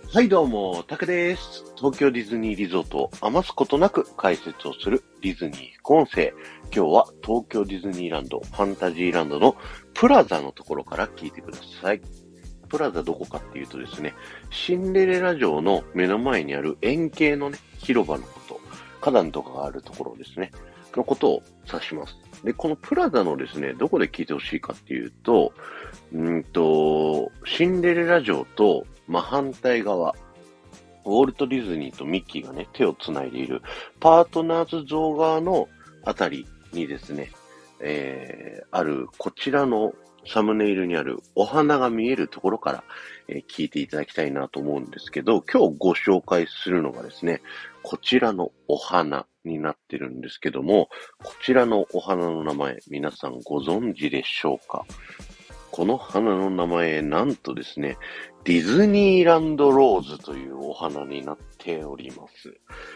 はいどうも、タクです。東京ディズニーリゾートを余すことなく解説をするディズニー副音声。今日は東京ディズニーランド、ファンタジーランドのプラザのところから聞いてください。プラザどこかっていうとですね、シンデレラ城の目の前にある円形のね、広場のこと、花壇とかがあるところですね、のことを指します。で、このプラザのですね、どこで聞いてほしいかっていうと、シンデレラ城と真反対側、ウォルト・ディズニーとミッキーがね、手を繋いでいるパートナーズ像側のあたりにですね、あるこちらのサムネイルにあるお花が見えるところから、聞いていただきたいなと思うんですけど、今日ご紹介するのがですね、こちらのお花になってるんですけども、こちらのお花の名前、皆さんご存知でしょうか？この花の名前、なんとですね、ディズニーランドローズというお花になっております。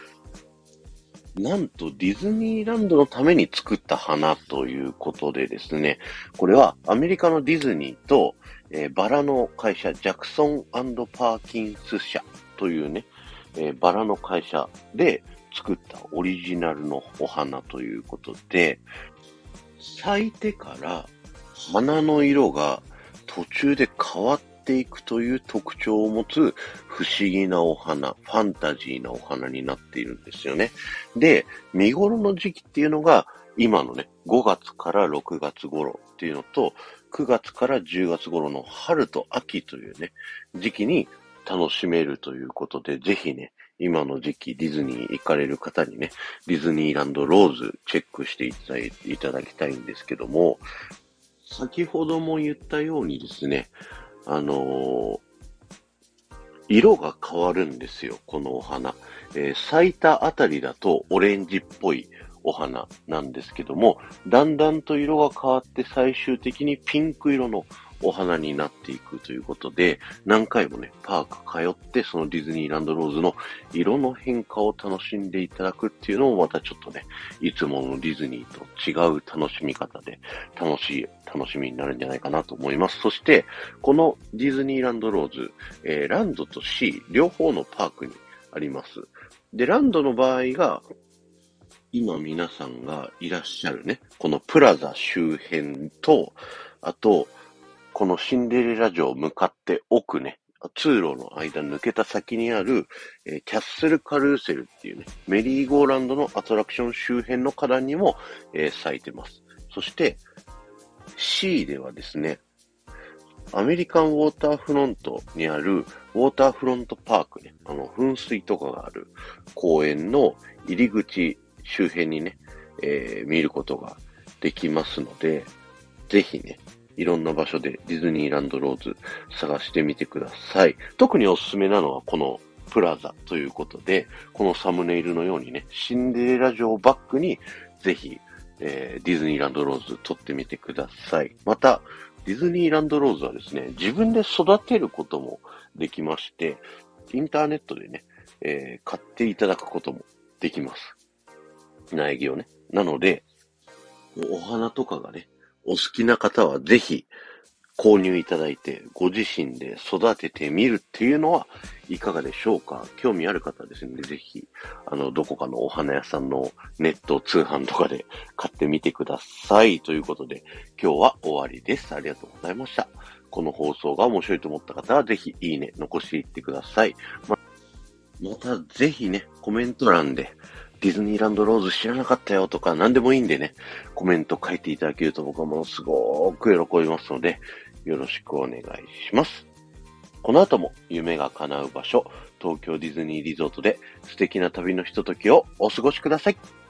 なんとディズニーランドのために作った花ということでですね、これはアメリカのディズニーと、バラの会社、ジャクソン&パーキンス社というね、バラの会社で作ったオリジナルのお花ということで、咲いてから花の色が途中で変わっていくという特徴を持つ不思議なお花、ファンタジーなお花になっているんですよね。で、見頃の時期っていうのが今のね、5月から6月頃っていうのと、9月から10月頃の春と秋というね、時期に楽しめるということで、ぜひね、今の時期ディズニー行かれる方にね、ディズニーランドローズチェックしていただきたいんですけども、先ほども言ったようにですね、あのー色が変わるんですよ、このお花。咲いたあたりだとオレンジっぽいお花なんですけども、だんだんと色が変わって最終的にピンク色のお花になっていくということで、何回もね、パーク通ってそのディズニーランドローズの色の変化を楽しんでいただくっていうのもまたちょっとね、いつものディズニーと違う楽しみ方で楽しみになるんじゃないかなと思います。そして、このディズニーランドローズ、ランドとシー、両方のパークにあります。で、ランドの場合が、今皆さんがいらっしゃるね、このプラザ周辺と、あと、このシンデレラ城向かって奥ね、通路の間抜けた先にある、キャッスルカルーセルっていうね、メリーゴーランドのアトラクション周辺の花壇にも、咲いてます。そして、C ではですね、アメリカンウォーターフロントにあるウォーターフロントパークね、噴水とかがある公園の入り口周辺にね、見ることができますので、ぜひね、いろんな場所でディズニーランドローズ探してみてください。特におすすめなのはこのプラザということで、このサムネイルのようにね、シンデレラ城をバックにぜひ、ディズニーランドローズ撮ってみてください。また、ディズニーランドローズはですね、自分で育てることもできまして、インターネットでね、買っていただくこともできます。苗木をね。なので、お花とかがね、お好きな方はぜひ購入いただいて、ご自身で育ててみるっていうのはいかがでしょうか？興味ある方はですね、ぜひ、どこかのお花屋さんのネット通販とかで買ってみてください。ということで、今日は終わりです。ありがとうございました。この放送が面白いと思った方は、ぜひいいね、残していってください。また、ぜひね、コメント欄で、ディズニーランドローズ知らなかったよとか何でもいいんでね、コメント書いていただけると僕はものすごく喜びますので、よろしくお願いします。この後も夢が叶う場所、東京ディズニーリゾートで素敵な旅のひとときをお過ごしください。